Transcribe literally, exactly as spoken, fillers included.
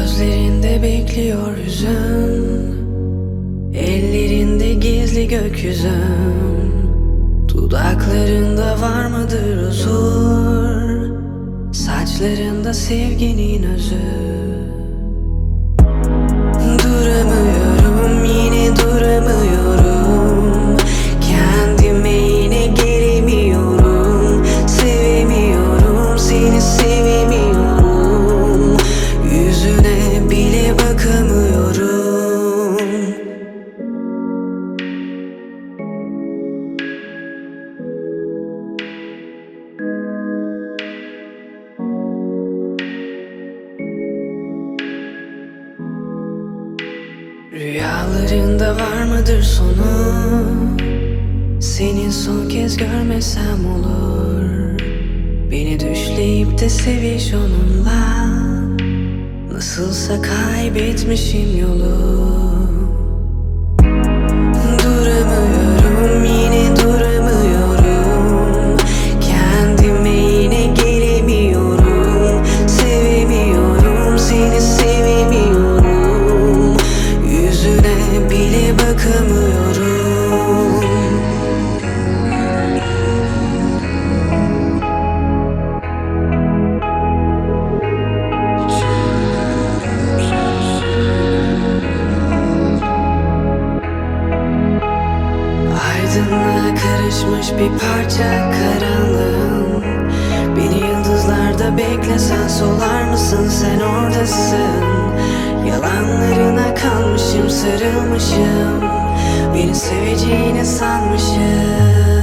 Gözlerinde bekliyor hüzün, ellerinde gizli gökyüzün, dudaklarında var mıdır huzur, saçlarında sevginin özü. Duramıyorum, yine duramıyorum, kendime yine gelemiyorum, sevemiyorum, seni sevemiyorum, yüzüne bile bakamıyorum. Rüyalarında var mıdır sonu? Senin son kez görmesem olur. Beni düşleyip de seviş onunla, nasılsa kaybetmişim yolu. Duramıyorum, yine duramıyorum, kendime yine gelemiyorum, sevemiyorum, seni sevemiyorum, yüzüne bile bakamıyorum. Aydınlığa karışmış bir parça karanlığım, beni yıldızlarda beklesen solar mısın, sen oradasın. Yalanlarına kalmışım, sarılmışım, beni seveceğini sanmışım.